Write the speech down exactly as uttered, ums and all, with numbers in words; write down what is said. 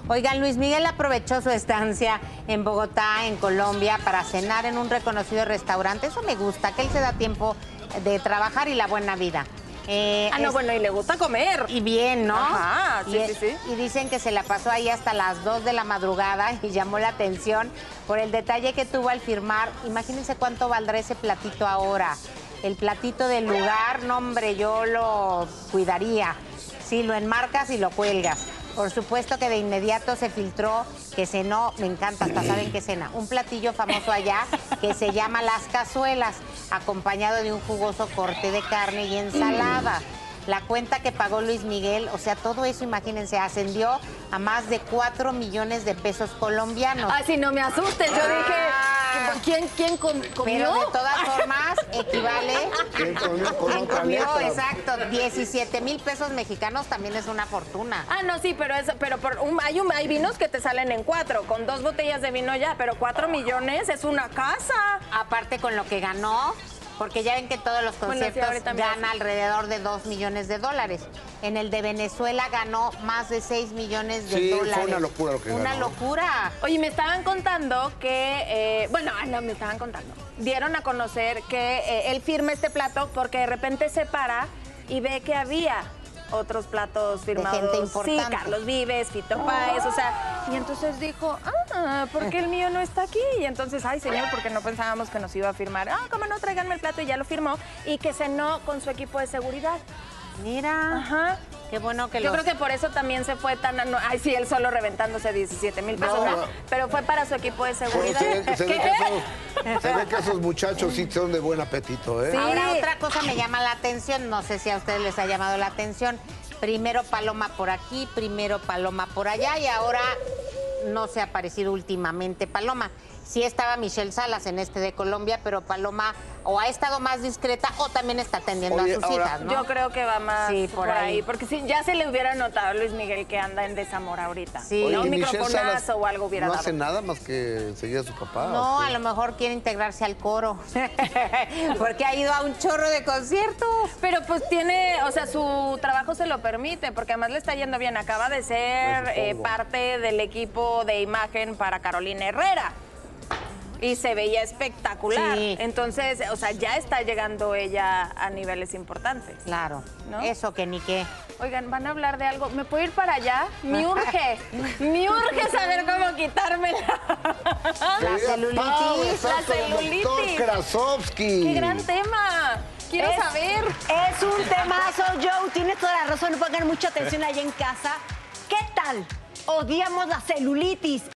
Oigan, Luis Miguel aprovechó su estancia en Bogotá, en Colombia, para cenar en un reconocido restaurante. Eso me gusta, que él se da tiempo de trabajar y la buena vida. Eh, ah, no, es, bueno, y le gusta comer. Y bien, ¿no? Ajá, sí, y, sí, sí. Y dicen que se la pasó ahí hasta las dos de la madrugada y llamó la atención por el detalle que tuvo al firmar. Imagínense cuánto valdrá ese platito ahora. El platito del lugar, no, hombre, yo lo cuidaría. Sí, lo enmarcas y lo cuelgas. Por supuesto que de inmediato se filtró que cenó, me encanta, hasta saben qué cena, un platillo famoso allá que se llama las cazuelas, acompañado de un jugoso corte de carne y ensalada. La cuenta que pagó Luis Miguel, o sea, todo eso, imagínense, ascendió a más de cuatro millones de pesos colombianos. Ay, si no me asustes, yo ah, dije, ¿quién, quién com comió? Pero de todas formas, equivale. ¿Quién comió con ¿Quién otra comió? letra? Exacto, diecisiete mil pesos mexicanos también es una fortuna. Ah, no, sí, pero, es, pero por un, hay, un, hay vinos que te salen en cuatro, con dos botellas de vino ya, pero cuatro millones es una casa. Aparte con lo que ganó. Porque ya ven que todos los conciertos bueno, sí, gana alrededor de dos millones de dólares. En el de Venezuela ganó más de seis millones de sí, dólares. Fue una locura lo que Una ganó. locura. Oye, me estaban contando que, eh, bueno, no, me estaban contando. Dieron a conocer que eh, él firma este plato porque de repente se para y ve que había otros platos firmados. De gente importante. Sí, Carlos Vives, Fito Páez, o sea, y entonces dijo, ah, ¿por qué el mío no está aquí? Y entonces, ay, señor, porque no pensábamos que nos iba a firmar. Ah, ¿cómo no? Tráiganme el plato, y ya lo firmó, y que cenó con su equipo de seguridad. Mira. Ajá. Qué bueno que Yo los... creo que por eso también se fue tan... Ay, sí, él solo reventándose diecisiete mil pesos, No, ¿no? Pero fue para su equipo de seguridad. Bueno, se, ve, se, ve ¿Qué? que esos, se ve que esos muchachos sí son de buen apetito, ¿eh? Sí. Ahora, otra cosa me llama la atención, no sé si a ustedes les ha llamado la atención. Primero Paloma por aquí, primero Paloma por allá, y ahora no se ha aparecido últimamente Paloma. Sí estaba Michelle Salas en este de Colombia, pero Paloma o ha estado más discreta o también está atendiendo Oye, a sus ahora, hijas, ¿no? Yo creo que va más Sí, por, por ahí. ahí. Porque si ya se le hubiera notado a Luis Miguel que anda en desamor ahorita. Sí. Oye, ¿no? Un ¿y Michelle microfonazo Salas o algo hubiera no dado. hace nada más que seguir a su papá? No, ¿o qué? a lo mejor quiere integrarse al coro, porque ha ido a un chorro de conciertos. Pero pues tiene, o sea, su trabajo se lo permite, porque además le está yendo bien. Acaba de ser Pues eh, supongo. parte del equipo de imagen para Carolina Herrera. Y se veía espectacular. Sí. Entonces, o sea, ya está llegando ella a niveles importantes. Claro, ¿No? eso que ni qué. Oigan, ¿van a hablar de algo? ¿Me puedo ir para allá? Me urge, me urge saber cómo quitármela. La Querida celulitis. Pau, La estás con el celulitis. doctor Krasovsky. ¡Qué gran tema! Quiero Es- saber. Es un temazo, Joe. Tienes toda la razón. Pongan mucha atención allá en casa. ¿Qué tal? Odiamos la celulitis.